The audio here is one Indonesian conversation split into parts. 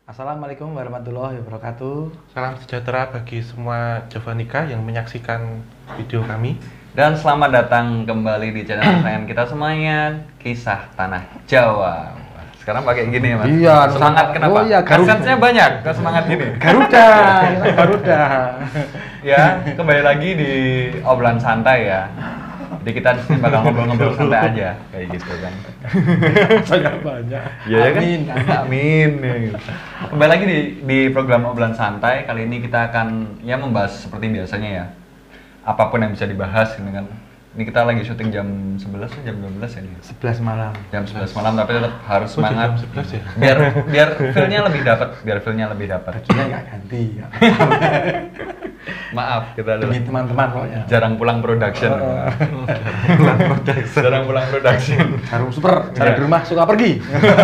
Assalamualaikum warahmatullahi wabarakatuh. Salam sejahtera bagi semua Javanika yang menyaksikan video kami. Dan selamat datang kembali di channel kesayangan kita semuanya, Kisah Tanah Jawa. Sekarang pakai gini ya, Mas? Iya, semangat kenapa? Oh iya, Kasetnya banyak, kok semangat gini? Garuda, Garuda. Ya, kembali lagi di obrolan santai ya. Jadi kita di sini bakal ngobrol-ngobrol santai aja, kayak gitu kan. Banyak. Iya ya kan? Amin. Amin. Ya, gitu. Kembali lagi di program obrolan santai. Kali ini kita akan ya membahas seperti biasanya ya. Apapun yang bisa dibahas gitu kan. Ini kita lagi syuting jam 11 atau jam 12 ya nih? 11 malam. Jam 11 malam tapi tetap harus Oh, semangat. jam 11 ya? Biar feel-nya lebih dapat. Bajunya nggak ganti. Ya. Maaf, kita Demi adalah teman-teman pokoknya. jarang pulang production. Jarang pulang production. Jarum super, jalan Iya. di rumah suka pergi.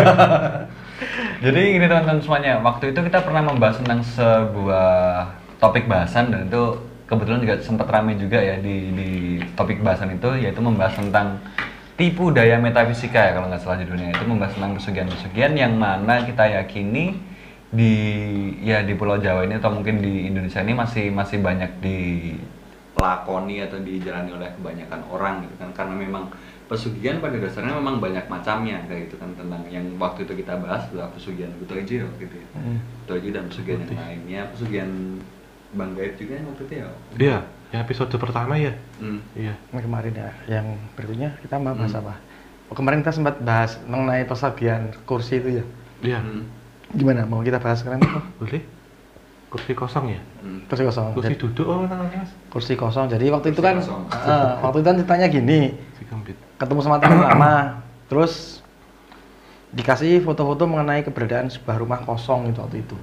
Jadi gini teman-teman semuanya, waktu itu kita pernah membahas tentang sebuah topik bahasan dan itu kebetulan juga sempat ramai juga ya di topik bahasan itu, yaitu membahas tentang tipu daya metafisika ya kalau nggak salah judulnya. Itu membahas tentang pesugihan-pesugihan yang mana kita yakini di Pulau Jawa ini atau mungkin di Indonesia ini masih banyak dilakoni atau dijalani oleh kebanyakan orang gitu kan, karena memang pesugihan pada dasarnya memang banyak macamnya kayak gitu kan. Tentang yang waktu itu kita bahas adalah pesugihan Buto Eji waktu itu ya. Buto Eji dan pesugihan yang lainnya, pesugihan Bang Gaib juga yang waktu itu ya. Iya, yang episode pertama ya. Iya. Nah, kemarin ya, yang berikutnya kita mau bahas apa? Oh, kemarin kita sempat bahas mengenai pesugihan kursi itu ya. Iya. Gimana? Mau kita bahas sekarang apa? Boleh? Kursi kosong ya? Kursi kosong. Kursi duduk namanya Mas? Kursi kosong. Jadi waktu itu kan, Kursi kosong. waktu itu kan ceritanya gini. Si Gambit. Ketemu sama teman lama, terus dikasih foto-foto mengenai keberadaan sebuah rumah kosong itu waktu itu.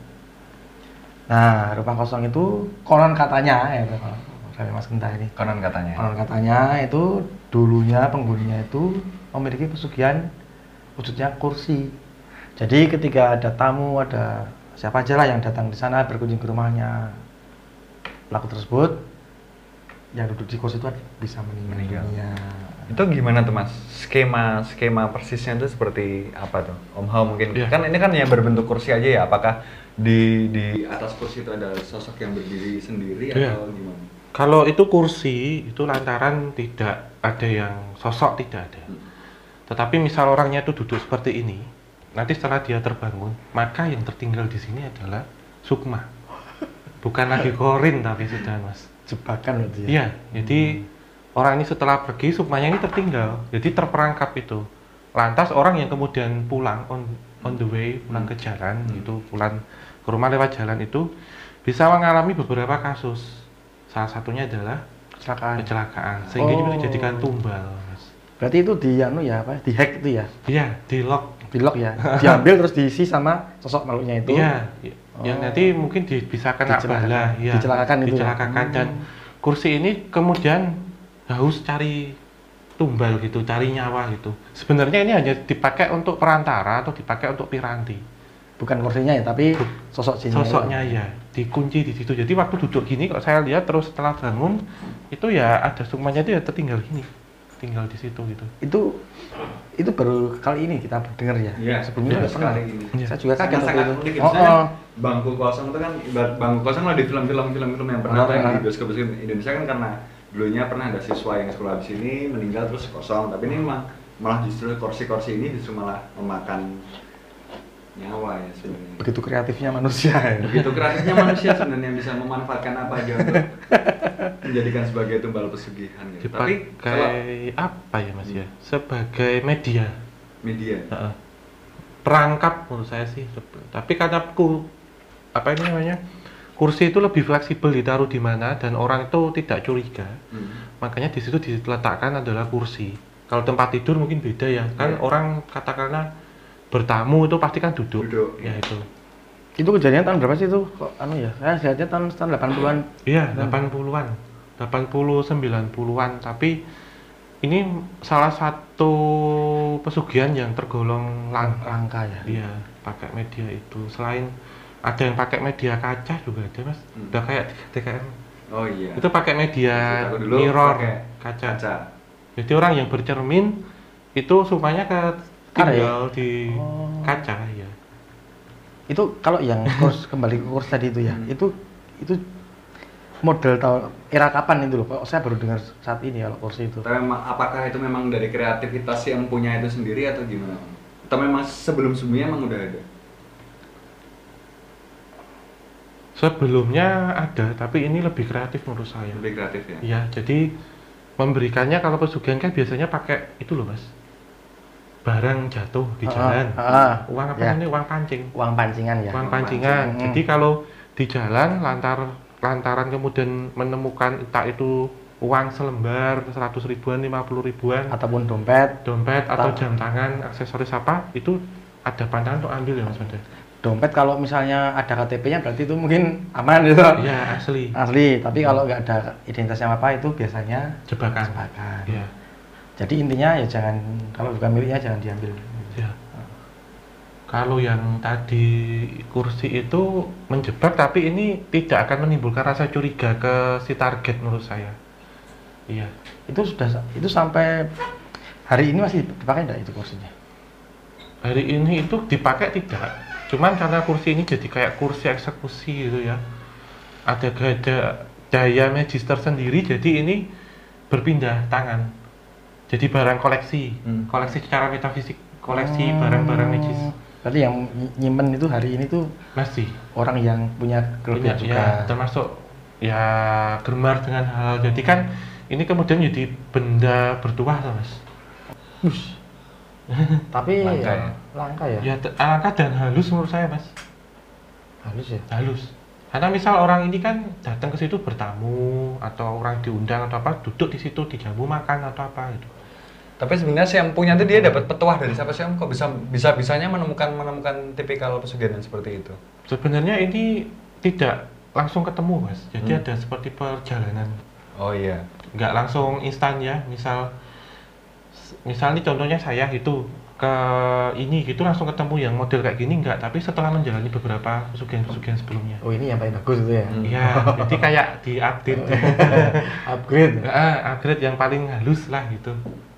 Nah, rumah kosong itu konon katanya ya, dari Mas Genta ini. Konon katanya. Konon katanya itu dulunya penghuninya itu memiliki pesugihan wujudnya kursi. Jadi ketika ada tamu, ada siapa aja lah yang datang di sana berkunjung ke rumahnya, pelaku tersebut yang duduk di kursi itu bisa meninggal. dunia. Itu gimana tuh Mas? Skema persisnya itu seperti apa tuh? Om Hao mungkin. Iya. Kan ini kan ya berbentuk kursi aja ya. Apakah di atas kursi itu ada sosok yang berdiri sendiri Iya. atau gimana? Kalau itu kursi, itu lantaran tidak ada yang sosok, tidak ada. Tetapi misal orangnya itu duduk seperti ini, nanti setelah dia terbangun, maka yang tertinggal di sini adalah sukma. Bukan lagi korin tapi sudah Mas. Jebakan berarti ya. Iya, jadi orang ini setelah pergi, sukmanya ini tertinggal, jadi terperangkap itu. Lantas orang yang kemudian pulang on the way, pulang ke jalan, itu pulang ke rumah lewat jalan itu bisa mengalami beberapa kasus. Salah satunya adalah kecelakaan, sehingga Oh. itu dijadikan tumbal, Mas. Berarti itu di anu ya apa? Di hack itu ya. Iya, di lock. Di lock ya. Diambil terus diisi sama sosok makhluknya itu. Iya, yang nanti mungkin bisa kena Dicelakakan. bala, ya. Dicelakakan itu ya? Dicelakakan dan kursi ini kemudian haus cari tumbal gitu, cari nyawa gitu. Sebenarnya ini hanya dipakai untuk perantara atau dipakai untuk piranti. Bukan kursinya ya, tapi sosok jinnya. Sosoknya ya dikunci di situ. Jadi waktu duduk gini kalau saya lihat terus setelah bangun itu ya ada sukmanya itu ya tertinggal gini, tinggal di situ gitu. Itu baru kali ini kita dengar ya. Iya, Sebelumnya nggak pernah. sekali ini. Iya. Saya juga kaget waktu Sangat itu. unik. Oh, Misalnya oh. bangku kosong itu kan ibarat bangku kosong lah di film-film yang pernah tayang di Ah. bioskop Indonesia kan, karena dulunya pernah ada siswa yang sekolah di sini meninggal terus kosong, tapi ini malah justru kursi-kursi ini justru malah memakan nyawa ya sebenarnya. Begitu kreatifnya manusia ya. Begitu kreatifnya manusia sebenarnya bisa memanfaatkan apa aja untuk menjadikan sebagai tumbal pesugihan gitu. Tapi kalau Dipakai apa ya Mas ya? Sebagai media. media Heeh. Perangkap menurut saya sih. Tapi karena apa ini namanya? Kursi itu lebih fleksibel ditaruh di mana dan orang itu tidak curiga. Makanya di situ diletakkan adalah kursi. Kalau tempat tidur mungkin beda ya. Kan Iya. orang katakanlah bertamu itu pasti kan duduk. Ya itu. Itu kejadian tahun berapa sih itu? Kok anu ya? Saya lihatnya tahun 80-an. Iya, 80-an. 80 90-an, tapi ini salah satu pesugihan yang tergolong Langka ya. Iya, pakai media itu. Selain ada yang pakai media kaca juga ada, Mas. Udah kayak di TKM. oh iya Itu pakai media Aku dulu mirror pakai kaca. kaca. Jadi orang yang bercermin itu sukmanya tinggal di Oh. kaca ya. Itu kalau yang kurs kembali ke kurs tadi itu ya, itu model tahun era kapan itu loh? Kok saya baru dengar saat ini kalau kursi itu. Tapi apakah itu memang dari kreativitas yang punya itu sendiri atau gimana? Atau memang sebelum-sebelumnya emang udah ada? Sebelumnya ada, tapi ini lebih kreatif menurut saya. Lebih kreatif ya? Iya, jadi memberikannya kalau pesugihan kan biasanya pakai itu loh mas, barang jatuh di jalan, uang apa ya. ini, uang pancing, Uang pancingan ya. uang pancingan. Jadi kalau di jalan lantaran kemudian menemukan entah itu uang selembar 100 ribuan, 50 ribuan, Ataupun dompet. atau jam tangan, aksesoris apa, itu ada pantangan untuk ambil ya mas Banda. Dompet kalau misalnya ada KTP-nya berarti itu mungkin aman gitu. Iya asli. Asli, tapi kalau nggak ada identitasnya apa itu biasanya Jebakan. jebakan. Iya. Jadi intinya ya jangan, kalau bukan miliknya jangan diambil. Ya. Kalau yang tadi kursi itu menjebak, tapi ini tidak akan menimbulkan rasa curiga ke si target menurut saya. Iya. Itu sampai hari ini masih dipakai enggak itu kursinya? Hari ini itu dipakai tidak. Cuman karena kursi ini jadi kayak kursi eksekusi gitu ya. Ada gaya magis tersendiri, jadi ini berpindah tangan. Jadi barang koleksi, koleksi secara metafisik, koleksi barang-barang magis. Berarti yang nyimpen itu hari ini tuh Masih orang yang punya kelebihan juga. ya, termasuk ya gemar dengan hal. Jadi kan ini kemudian jadi benda bertuah mas. Tapi Langka ya, ya? langka ya. Ya langka dan halus menurut saya mas. Halus ya. Halus. Karena misal orang ini kan datang ke situ bertamu atau orang diundang atau apa, duduk di situ dijamu makan atau apa gitu. Tapi sebenarnya si yang punya itu dia dapat petuah dari siapa sih Om? Kok bisanya menemukan tipikal pesugihan seperti itu? Sebenarnya ini tidak langsung ketemu mas. Jadi ada seperti perjalanan. Oh iya. Nggak langsung instan ya. Misal nih contohnya saya itu ke ini gitu langsung ketemu yang model kayak gini enggak, tapi setelah menjalani beberapa pesugihan-pesugihan sebelumnya. Oh ini yang paling bagus itu ya. Iya, jadi kayak di-update. Upgrade. Upgrade yang paling halus lah gitu.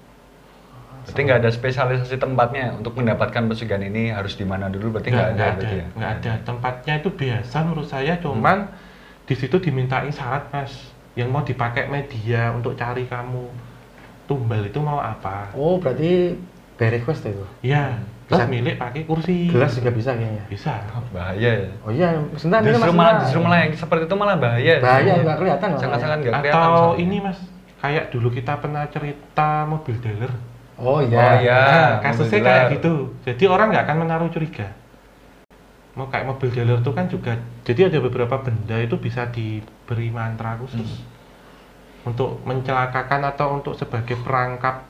Berarti nggak ada spesialisasi tempatnya untuk mendapatkan pesugihan ini harus di mana dulu, berarti nggak ada berarti ya? Nggak ada. Tempatnya itu biasa menurut saya, cuman di situ dimintain syarat mas, yang mau dipakai media untuk cari kamu tumbal itu mau apa. Oh berarti by request itu. Iya, Bisa. terus milik pakai kursi. Gelas juga bisa kayaknya. Bisa. Bahaya ya. Oh iya, sebentar ini Justru malah yang seperti itu malah bahaya. bahaya nggak kelihatan loh. Sangat-sangat nggak kelihatan. Atau soalnya. ini mas, kayak dulu kita pernah cerita mobil dealer. Oh iya. Oh iya. Kasusnya mobil kayak dealer. gitu. Jadi orang nggak akan menaruh curiga. Mau kayak mobil dealer itu kan juga, jadi ada beberapa benda itu bisa diberi mantra khusus untuk mencelakakan atau untuk sebagai perangkap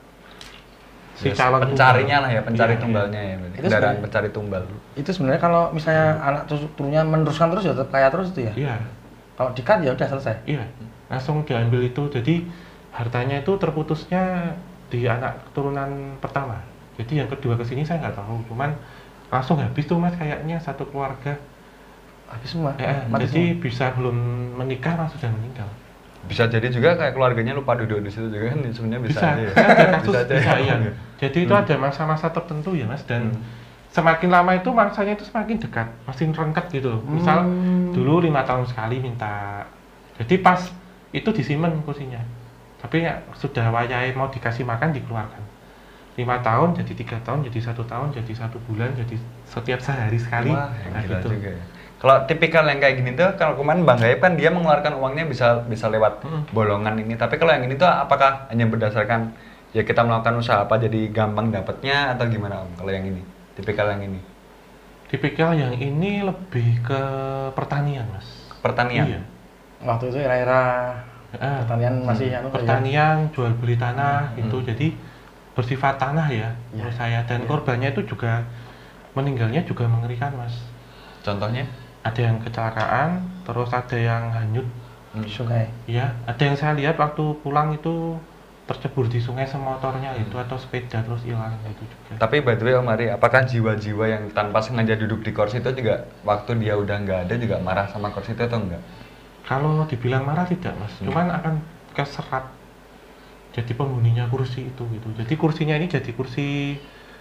si calon pencarinya lah ya, pencari Iya, tumbalnya ya. berarti. Itu Kendaraan sebenarnya- pencari tumbal. Itu sebenarnya kalau misalnya anak turunnya meneruskan terus ya tetap kaya terus itu ya. Iya, Kalau di-cut ya udah selesai. iya. Langsung diambil itu. Jadi hartanya itu terputusnya di anak keturunan pertama. Jadi yang kedua ke sini saya nggak tahu. Cuman langsung habis tuh mas kayaknya satu keluarga. Habis semua. Jadi Mati semua. bisa belum menikah langsung sudah meninggal. Bisa jadi juga kayak keluarganya lupa duduk di situ juga kan sebenarnya bisa aja ya. Ada kasus Bisa aja bisa, ya. iya. Jadi itu ada masa-masa tertentu ya mas, dan semakin lama itu mangsanya itu semakin dekat, makin rengket gitu loh. Misal dulu 5 tahun sekali minta, jadi pas itu disimpan kursinya, tapi ya, sudah wayai mau dikasih makan dikeluarkan. 5 tahun jadi 3 tahun jadi 1 tahun jadi 1 bulan jadi setiap sehari sekali. Wah, Nah, gila gitu. juga ya. Kalau tipikal yang kayak gini tuh, kalau kemarin Bang Gaib kan dia mengeluarkan uangnya bisa lewat bolongan ini. Tapi kalau yang ini tuh apakah hanya berdasarkan ya kita melakukan usaha apa jadi gampang dapatnya atau gimana Om? Kalau yang ini, tipikal yang ini, Tipikal yang ini lebih ke pertanian mas. pertanian. Iya. Waktu itu era-era pertanian masih anu kayak ya. Pertanian jual beli tanah itu jadi bersifat tanah ya menurut saya, dan korbannya itu juga meninggalnya juga mengerikan mas. Contohnya? Ada yang kecelakaan, terus ada yang hanyut. sungai. Ya, ada yang saya lihat waktu pulang itu tercebur di sungai semotornya itu atau sepeda terus hilang itu juga. Tapi by the way Om Ari, apakah jiwa-jiwa yang tanpa sengaja duduk di kursi itu juga waktu dia udah nggak ada juga marah sama kursi itu atau enggak? Kalau dibilang marah tidak mas, cuman akan keserat. Jadi penghuninya kursi itu gitu. Jadi kursinya ini jadi kursi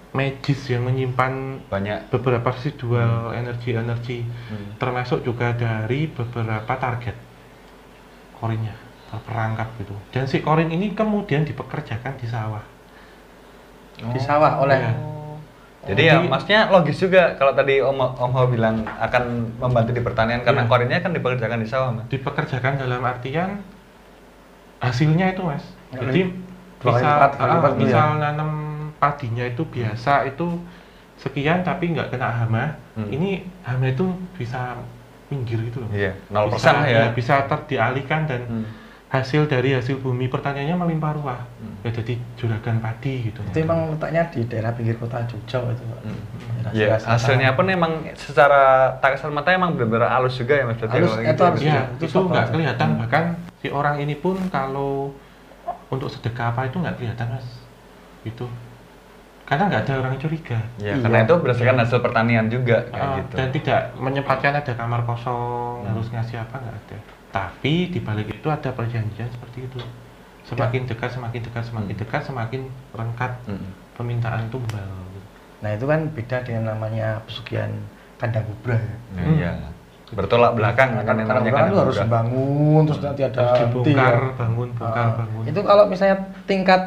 magis yang menyimpan Banyak. beberapa residual energi-energi, termasuk juga dari beberapa target korinnya terperangkap gitu. Dan si korin ini kemudian dipekerjakan di sawah. Di sawah oleh Iya. Jadi ya maksudnya logis juga kalau tadi Om Ho bilang akan membantu di pertanian karena Iya. korinnya kan dipekerjakan di sawah, Mas. Dipekerjakan dalam artian hasilnya itu, Mas. Ya, Jadi dua kali misal, lipat, kali lipat gitu misal ya. nanam padinya itu biasa itu sekian tapi nggak kena hama. Ini hama itu bisa minggir gitu loh. Iya, 0% Bisa, lah ya. bisa dialihkan dan hasil dari hasil bumi pertaniannya melimpah ruah. Ya jadi juragan padi gitu. itu emang letaknya di daerah pinggir kota Jogja itu, Pak. Daerah Iya, Selatan. hasilnya pun emang secara tak kasat mata emang benar-benar halus juga ya, Mas. Berarti Halus, kalau itu gitu. harus. Iya, itu itu soal nggak banget. kelihatan. Bahkan si orang ini pun kalau untuk sedekah apa itu nggak kelihatan, Mas. Gitu. Karena nggak ada orang curiga. Iya, Iya. karena itu berdasarkan hasil pertanian juga kayak gitu. Dan tidak menyempatkan ada kamar kosong, harus ngasih apa, nggak ada. Tapi di balik itu ada perjanjian seperti itu. Semakin dekat, semakin dekat, semakin dekat, semakin rengkat permintaan tumbal. Nah itu kan beda dengan namanya pesugihan kandang kubra ya. Nah, iya. Bertolak belakang Nah, kan yang kandang namanya kubra kan itu harus dibangun terus nanti ada Harus henti dibongkar, ya. bangun, bongkar, bangun. Itu kalau misalnya tingkat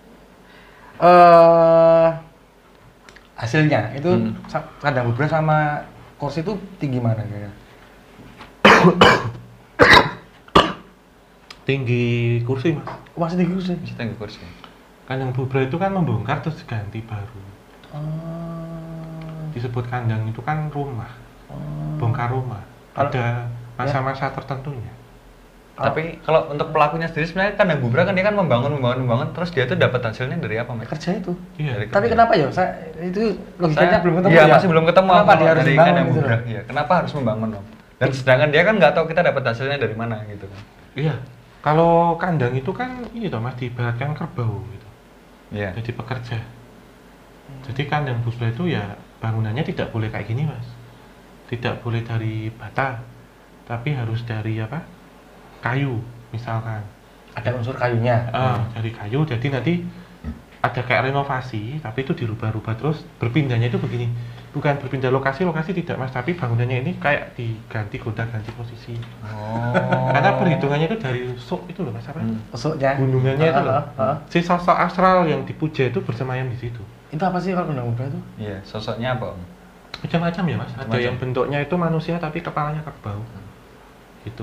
hasilnya itu kandang kubra sama kursi itu tinggi mana kira? Tinggi kursi, Mas. Masih tinggi kursi. kita nggak kursi. Kandang bubra itu kan membongkar terus ganti baru. Disebut kandang itu kan rumah, bongkar rumah. Kalau- Ada masa-masa tertentunya. Tapi kalau untuk pelakunya sendiri sebenarnya kandang bubra kan dia kan membangun terus dia tuh dapat hasilnya dari apa, Mas? Kerja itu. Iya. Dari Tapi kerja. kenapa ya? itu logikanya Saya- belum ketemu Iya, ya. masih belum ketemu Kenapa kalau dia harus dari membangun kandang gitu bubra. loh? Iya, kenapa harus membangun, Om? Dan sedangkan dia kan nggak tahu kita dapat hasilnya dari mana gitu kan. Iya. Kalau kandang itu kan ini toh, Mas, diibaratkan kerbau gitu. Iya. Jadi pekerja. Jadi kandang bubra itu ya bangunannya tidak boleh kayak gini, Mas. Tidak boleh dari bata, tapi harus dari apa? Kayu, misalkan. Ada unsur kayunya. Dari kayu, jadi nanti ada kayak renovasi, tapi itu dirubah-rubah terus. Berpindahnya itu begini, bukan berpindah lokasi tidak, Mas, tapi bangunannya ini kayak diganti gonta-ganti posisi. Oh. Karena perhitungannya itu dari sok itu loh, Mas, apa? Usuknya. Gunungannya itu loh. Heeh. Si sosok astral yang dipuja itu bersemayam di situ. Itu apa sih kalau kandang kubra itu? Iya, sosoknya apa, Om? Macam-macam ya, Mas. Ada Macam-macam. yang bentuknya itu manusia tapi kepalanya kerbau. Gitu.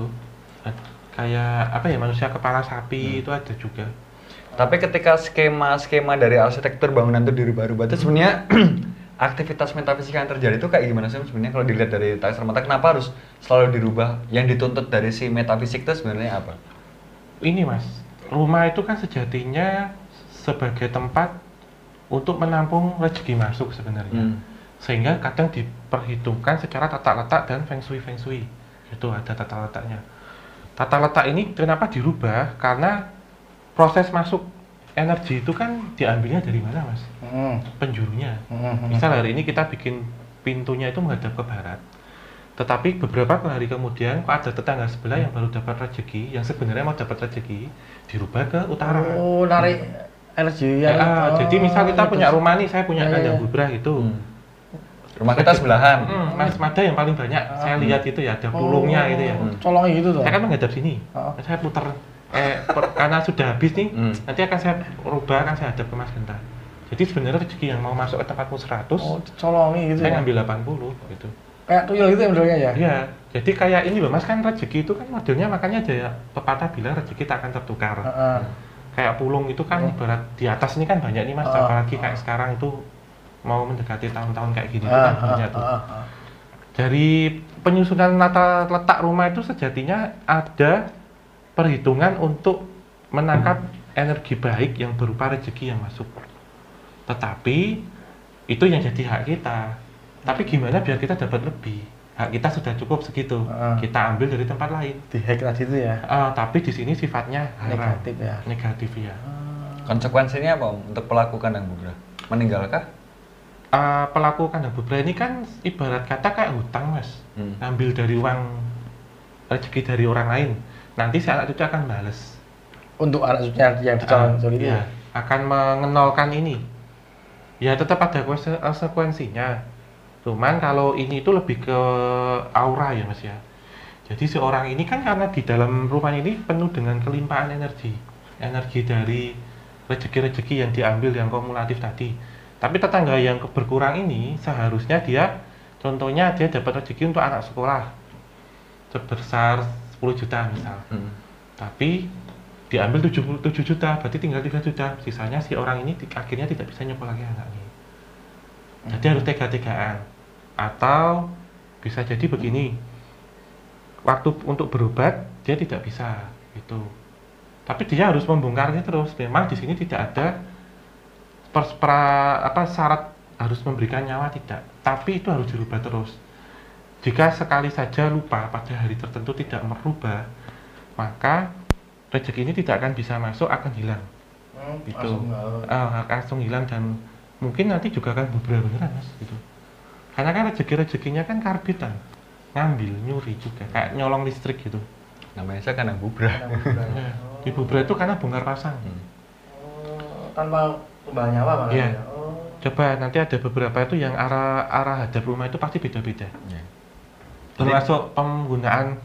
Kayak apa ya, manusia kepala sapi itu ada juga. Tapi ketika skema-skema dari arsitektur bangunan itu dirubah-rubah itu sebenarnya aktivitas metafisika yang terjadi itu kayak gimana sih sebenarnya kalau dilihat dari tak kasat mata, kenapa harus selalu dirubah? Yang dituntut dari si metafisik itu sebenarnya apa? Ini, Mas, rumah itu kan sejatinya sebagai tempat untuk menampung rezeki masuk sebenarnya. Sehingga kadang diperhitungkan secara tata letak dan feng shui. Itu ada tata letaknya. Tata letak ini kenapa dirubah? Karena proses masuk energi itu kan diambilnya dari mana, Mas? Penjurunya. Misal hari ini kita bikin pintunya itu menghadap ke barat. Tetapi beberapa hari kemudian kok ada tetangga sebelah yang baru dapat rezeki, yang sebenarnya mau dapat rezeki, dirubah ke utara. Oh, narik energi yang Jadi misal kita gitu. punya rumah nih, saya punya Ya, ya, kandang ya. bubra gitu. Rumah kita sebelahan. Mas Mada yang paling banyak saya lihat itu ya ada pulungnya gitu ya. Colongnya gitu tuh. Saya kan menghadap sini. Saya putar karena sudah habis nih, nanti akan saya rubah, akan saya hadap ke Mas Genta. Jadi sebenarnya rezeki yang mau masuk ke tempatmu 100, Oh, colongi gitu saya ya. ngambil 80 gitu. Kayak tuyul gitu ya modelnya ya. Iya, jadi kayak ini loh Mas, kan rezeki itu kan modelnya makanya ada ya, pepatah bilang rezeki tak akan tertukar. Heeh. Kayak pulung itu kan ibarat di atas ini kan banyak nih Mas, apalagi kayak sekarang itu mau mendekati tahun-tahun kayak gini itu kan banyak tuh. Dari penyusunan tata letak rumah itu sejatinya ada perhitungan untuk menangkap energi baik yang berupa rezeki yang masuk. Tetapi itu yang jadi hak kita. Tapi gimana biar kita dapat lebih? Hak kita sudah cukup segitu. Kita ambil dari tempat lain. Di hack tadi itu ya. Tapi di sini sifatnya haram. Negatif ya. Negatif ya. Konsekuensinya apa, Om, untuk pelaku kandang bubra? Meninggalkah? Pelaku kandang bubra ini kan ibarat kata kayak hutang, Mas. Ambil dari uang rezeki dari orang lain. Nanti si anak cucu akan bales. Untuk anak cucunya yang dicolong itu Iya, akan mengenolkan ini. Ya tetap ada konsekuensinya. Cuman kalau ini itu lebih ke aura ya Mas ya. Jadi si orang ini kan karena di dalam rumah ini penuh dengan kelimpahan energi. Energi dari rezeki-rezeki yang diambil yang kumulatif tadi. Tapi tetangga yang berkurang ini seharusnya dia, contohnya dia dapat rezeki untuk anak sekolah sebesar 10 juta misal. Tapi diambil 77 juta, berarti tinggal 3 juta. Sisanya si orang ini akhirnya tidak bisa nyekolahkan anaknya. Jadi harus tega-tegaan. Atau bisa jadi begini, waktu untuk berobat dia tidak bisa gitu. Tapi dia harus membongkarnya terus. Memang di sini tidak ada syarat harus memberikan nyawa, tidak. Tapi itu harus dirubah terus. Jika sekali saja lupa pada hari tertentu tidak merubah, maka rezeki ini tidak akan bisa masuk, akan hilang. Gitu. Langsung hilang dan mungkin nanti juga akan bubar beneran Mas gitu. Karena kan rezekinya kan karbitan, ngambil, nyuri juga, kayak nyolong listrik gitu. Namanya saya karena bubrah. Ya, di bubar itu karena bongkar pasang. Tanpa tumbal nyawa malah. Iya. Coba nanti ada beberapa itu yang arah hadap rumah itu pasti beda-beda. Ya. Termasuk penggunaan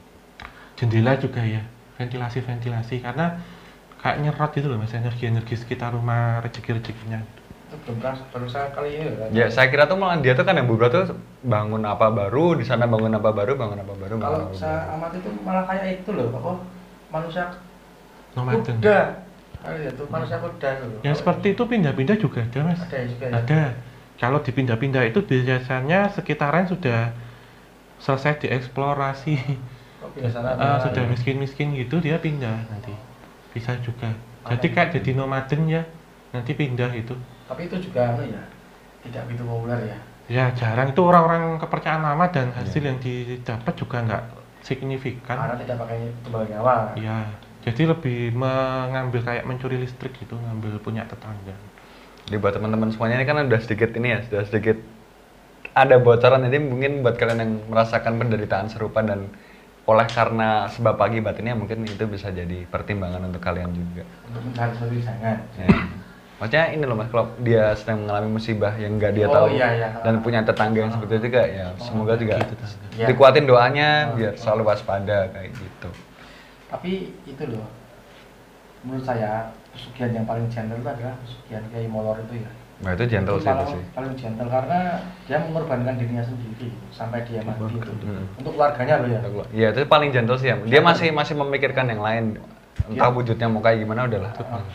jendela juga ya, ventilasi karena kayak nyerot gitu loh Mas, energi sekitar rumah, rezeki-rezekinya. Itu baru sekali ini kan. Ya, saya kira tuh malah dia tuh kan yang bubrah tuh bangun apa baru, di sana bangun apa baru. Kalau saya amati itu malah kayak itu loh, apa? Manusia Nomaden. kuda. Itu manusia kuda loh. Yang seperti itu pindah-pindah juga ada Mas. Ada juga ya. Ada. Kalau dipindah-pindah itu biasanya sekitaran sudah selesai dieksplorasi. Oh, biasanya Sudah miskin-miskin gitu dia pindah nanti. Bisa juga. Jadi kayak jadi nomaden ya. Nanti pindah itu. Tapi itu juga ya, tidak begitu populer ya. Ya jarang, itu orang-orang kepercayaan lama dan hasil yang didapat juga nggak signifikan. Karena tidak pakai tumbal nyawa. Ya, jadi lebih mengambil kayak mencuri listrik gitu, ngambil punya tetangga. Jadi buat teman-teman semuanya ini kan sudah sedikit ada bocoran, jadi mungkin buat kalian yang merasakan penderitaan serupa dan oleh karena sebab akibat ini mungkin itu bisa jadi pertimbangan untuk kalian juga. Untuk mencari solusi jangan. Ya. Maksudnya ini loh Mas, kalau dia sedang mengalami musibah yang nggak dia tahu dan punya tetangga yang seperti itu juga ya semoga juga dikuatin doanya biar selalu waspada kayak gitu. Tapi itu loh, menurut saya pesugihan yang paling gentle itu adalah pesugihan Kiai Molor itu ya. Nah itu gentle sih itu sih. Paling gentle karena dia mengorbankan dirinya sendiri sampai dia mati itu. Untuk keluarganya loh ya. Iya itu paling gentle sih ya. Dia masih memikirkan yang lain, entah wujudnya mau kayak gimana udahlah.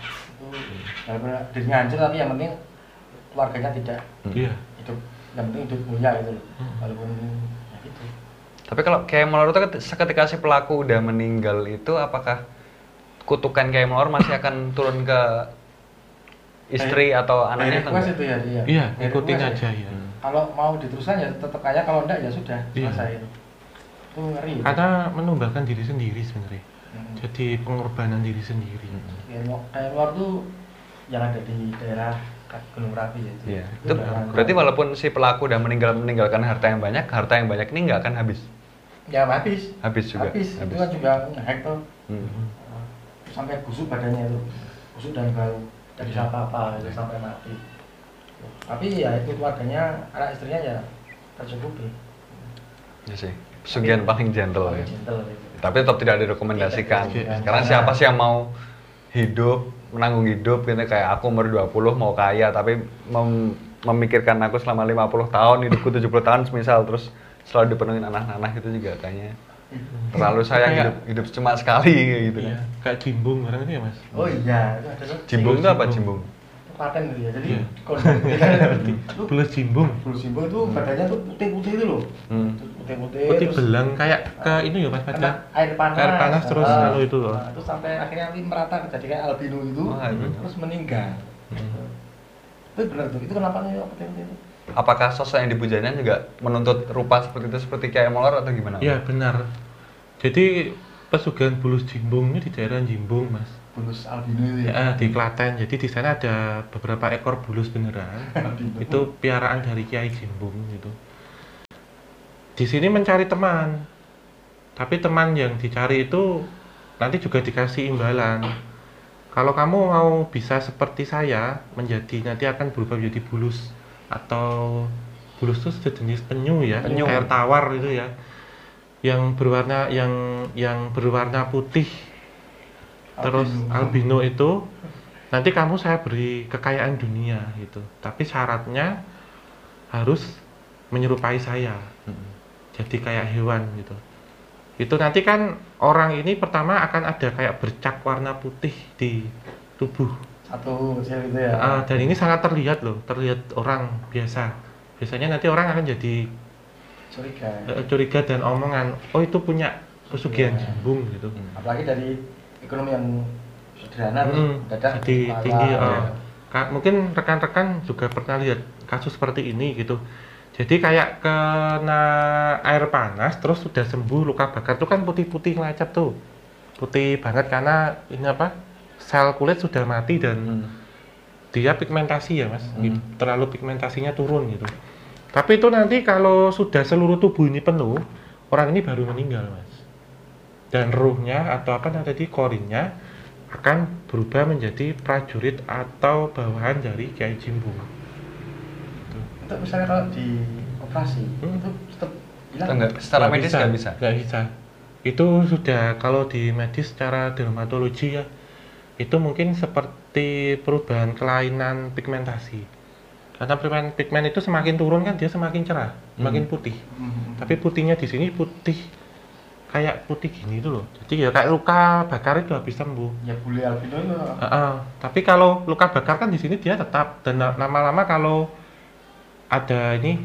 Walaupun dirinya hancur tapi yang penting keluarganya tidak hidup, yang penting hidup mulia gitu loh. Walaupun ya gitu. Tapi kalau Kiai Molor itu ketika si pelaku udah meninggal itu apakah kutukan Kiai Molor masih akan turun ke istri atau anaknya? Request itu ya dia. Iya, ikutin aja ya. Kalau mau diteruskan ya tetap kaya, kalau enggak ya sudah selesai itu. Itu ngeri. Karena menumbalkan diri sendiri sebenarnya. Jadi pengorbanan diri sendiri. Kayak luar tuh yang ada di daerah Gunung Merapi ya itu. Iya. Itu berarti walaupun si pelaku udah meninggalkan harta yang banyak ini nggak akan habis. Ya habis. Habis juga. Habis. Itu kan juga ngehack tuh. Sampai busuk badannya itu. Busuk dan bau. Tidak bisa apa-apa itu sampai mati. Tapi ya itu keluarganya, anak istrinya ya tercukupi. Ya sih. Pesugihan paling gentle ya. Gentle itu. Tapi tetap tidak direkomendasikan. Karena siapa sih yang mau hidup, menanggung hidup gitu kayak aku umur 20 mau kaya tapi memikirkan aku selama 50 tahun, hidupku 70 tahun semisal terus selalu dipenuhin anak-anak itu juga kayaknya terlalu sayang hidup cuma sekali kayak gitu kan. Kayak jimbung orang itu ya Mas. Oh iya, itu ada tuh. Jimbung itu apa jimbung? Paten gitu ya. Jadi Bulus jimbung. Bulus jimbung itu badannya tuh putih-putih itu loh. Putih-putih. Putih belang kayak ke ini ya Mas pada air panas terus lalu itu loh. Terus sampai akhirnya merata jadi kayak albino itu. Terus meninggal. Itu benar tuh. Itu kenapa nih putih-putih itu? Apakah sosok yang dipujanya juga menuntut rupa seperti itu seperti Kiai Molor atau gimana? Iya benar. Jadi pesugihan bulus jimbung ini di daerah Jimbung Mas. Bulus albino itu ya? Di Klaten. Jadi di sana ada beberapa ekor bulus beneran. Itu piaraan dari Kiai Jimbung gitu. Di sini mencari teman. Tapi teman yang dicari itu nanti juga dikasih imbalan. Kalau kamu mau bisa seperti saya, nanti akan berubah menjadi bulus, atau bulus itu sejenis penyu ya, Penyu. air tawar itu ya, yang berwarna berwarna putih, terus albino itu. Nanti saya beri kekayaan dunia gitu, tapi syaratnya harus menyerupai saya, jadi kayak hewan gitu. Itu nanti kan orang ini pertama akan ada kayak bercak warna putih di tubuh. Satu kecil gitu ya. Dan ini sangat terlihat loh, terlihat orang biasa. Biasanya nanti orang akan jadi curiga dan omongan, oh itu punya pesugihan jimbung gitu. Apalagi dari ekonomi yang sederhana dadak jadi tinggi. ya. Mungkin rekan-rekan juga pernah lihat kasus seperti ini gitu. Jadi kayak kena air panas terus sudah sembuh luka bakar itu kan putih-putih ngelacap tuh. Putih banget karena ini sel kulit sudah mati dan dia pigmentasi ya Mas. Terlalu pigmentasinya turun gitu. Tapi itu nanti kalau sudah seluruh tubuh ini penuh, orang ini baru meninggal Mas. Dan ruhnya atau tadi korinnya akan berubah menjadi prajurit atau bawahan dari Kiai Jimbung. Untuk misalnya kalau di operasi itu tetap hilang Enggak, secara medis nggak bisa. Nggak bisa. Itu sudah kalau di medis secara dermatologi ya, itu mungkin seperti perubahan kelainan pigmentasi. Karena pigmen itu semakin turun kan dia semakin cerah, semakin putih. Tapi putihnya di sini putih kayak putih gini itu loh. Jadi ya kayak luka bakar itu habis sembuh. ya bule albino itu. Tapi kalau luka bakar kan di sini dia tetap, dan lama-lama kalau ada ini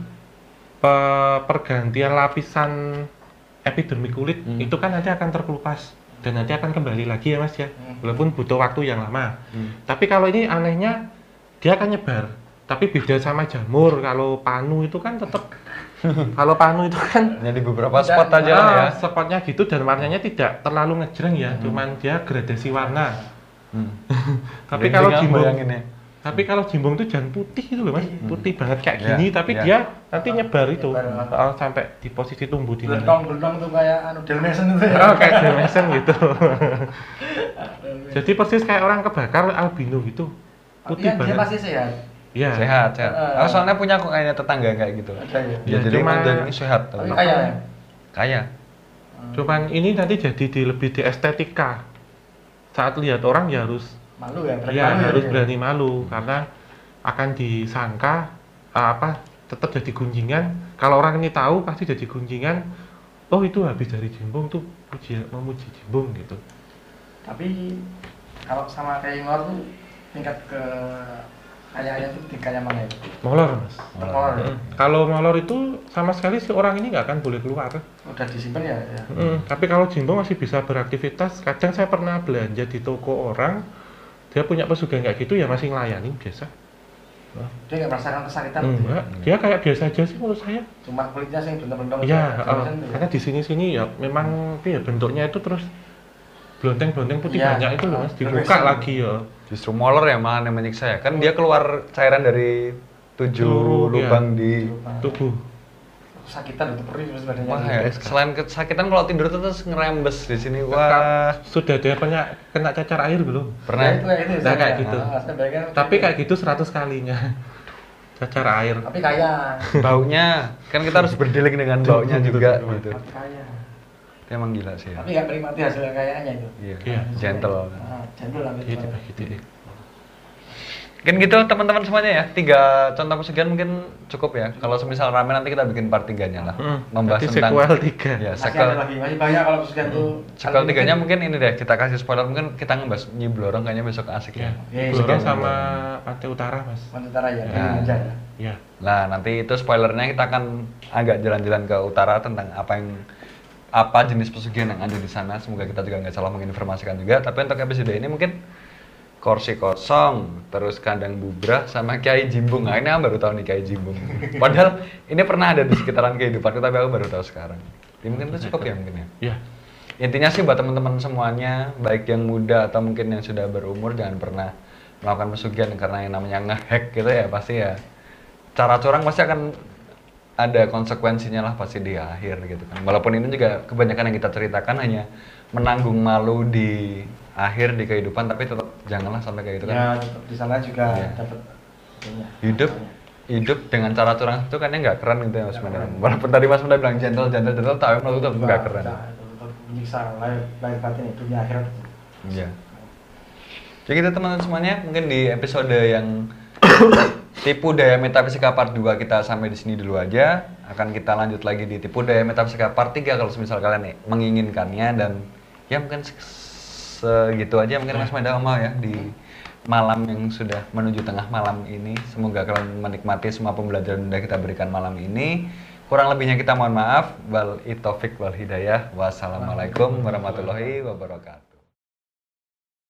pergantian lapisan epidermik kulit itu kan nanti akan terkelupas dan nanti akan kembali lagi ya Mas ya, walaupun butuh waktu yang lama. Tapi kalau ini anehnya dia akan nyebar, tapi beda sama jamur. Kalau panu itu kan tetap kalau panu itu kan Hanya di beberapa spot aja lah ya. spotnya gitu dan warnanya tidak terlalu ngejreng ya, cuman dia gradasi warna. Tapi kalau jimbung Tapi kalau jimbung itu jangan putih itu loh Mas, putih banget kayak gini, tapi dia nanti nyebar itu sampai di posisi tumbuh di mana. Belentong tuh kayak Dalmatian itu ya. Kayak Dalmatian gitu. Jadi persis kayak orang kebakar albino gitu, putih Dia banget. pasti sehat. Ya. Sehat. Soalnya punya aku kayaknya tetangga kayak gitu. Ada ya. Ya, jadi cuma- emang ini sehat. Tapi kaya ya. Kaya. Cuman ini nanti jadi lebih di estetika. Saat lihat orang ya harus Malu ya, berani ya malu harus ya. berani malu karena akan disangka tetap jadi gunjingan. Kalau orang ini tahu pasti jadi gunjingan. Oh itu habis dari jimbung tuh memuji jimbung gitu. Tapi kalau sama kayak Ngor tuh tingkat ke kayanya tuh tingkat yang mana ya? Molor Mas. Ngor. Kalau molor itu sama sekali si orang ini nggak akan boleh keluar. Udah disimpan ya. Tapi kalau jimbung masih bisa beraktivitas. Kadang saya pernah belanja di toko orang, dia punya pesugihan kayak gitu ya masih ngelayanin biasa. Dia nggak merasakan kesakitan. Enggak, dia kayak biasa aja sih menurut saya. Cuma kulitnya sih bener-bener. Iya, karena di sini ya memang ya bentuknya itu terus blonteng-blonteng putih Iya. banyak itu loh Mas, dibuka Terus- lagi ya. Justru molor ya malah yang menyiksa ya. Kan dia keluar cairan dari 7 Seluruh, lubang ya. di Tubuh. Kesakitan itu perih terus badannya. Wah ya, selain kesakitan kalau tidur tuh terus ngerembes di sini. Nah, Wah, Sudah dia kena cacar air belum? pernah. Nah, kayak gitu. Saya bayangkan Tapi kayak gitu 100 kalinya. Cacar air. Tapi kaya. Baunya kan kita harus berdealing dengan baunya juga gitu. Tapi kaya. Dia emang gila sih ya. Tapi nggak menikmati hasil kekayaannya itu. Iya, Iya. gentle. Jadul lah Gitu, gitu. Mungkin gitu teman-teman semuanya ya. 3 contoh pesugihan mungkin cukup ya. Kalau semisal rame nanti kita bikin part 3-nya lah. Membahas Nanti tentang sequel 3. ya, Masih sequel ada lagi, masih banyak kalau pesugihan tuh. sequel 3-nya mungkin ini deh, kita kasih spoiler, mungkin kita ngebahas Nyi Blorong kayaknya besok asik ya. Blorong sama Pantai Utara Mas. Utara ya. Nah. Aja ya. Ya. Nah, nanti itu spoilernya kita akan agak jalan-jalan ke utara tentang apa jenis pesugihan yang ada di sana. Semoga kita juga nggak salah menginformasikan juga. Tapi untuk episode ini mungkin kursi kosong, terus kandang bubrah, sama Kiai Jimbung. Nah, ini aku baru tahu nih Kiai Jimbung. Padahal ini pernah ada di sekitaran kehidupanku, tapi aku baru tahu sekarang. Jadi mungkin itu cukup ya mungkin ya. Ya. Intinya sih buat teman-teman semuanya, baik yang muda atau mungkin yang sudah berumur, jangan pernah melakukan pesugihan karena yang namanya ngehack gitu ya pasti ya. Cara curang pasti akan ada konsekuensinya lah pasti di akhir gitu kan. Walaupun ini juga kebanyakan yang kita ceritakan hanya menanggung malu di akhir di kehidupan, tapi tetap janganlah sampai kayak gitu kan. Ya, tetap di sana juga Iya. dapat ininya. Hidup dengan cara curang itu kan nggak keren gitu ya Mas Manda. Walaupun tadi Mas Manda bilang gentle, tapi menurut itu nggak keren. Tetap menyiksa lahir batin itu dunia akhirat. Iya. Jadi kita teman-teman semuanya mungkin di episode yang Tipu Daya Metafisika part 2 kita sampai di sini dulu aja. Akan kita lanjut lagi di Tipu Daya Metafisika part 3 kalau misal kalian menginginkannya, dan ya mungkin segitu aja mungkin Mas Manda mau ya di malam yang sudah menuju tengah malam ini. Semoga kalian menikmati semua pembelajaran yang sudah kita berikan malam ini. Kurang lebihnya kita mohon maaf. Wal taufik wal hidayah. Wassalamualaikum warahmatullahi wabarakatuh.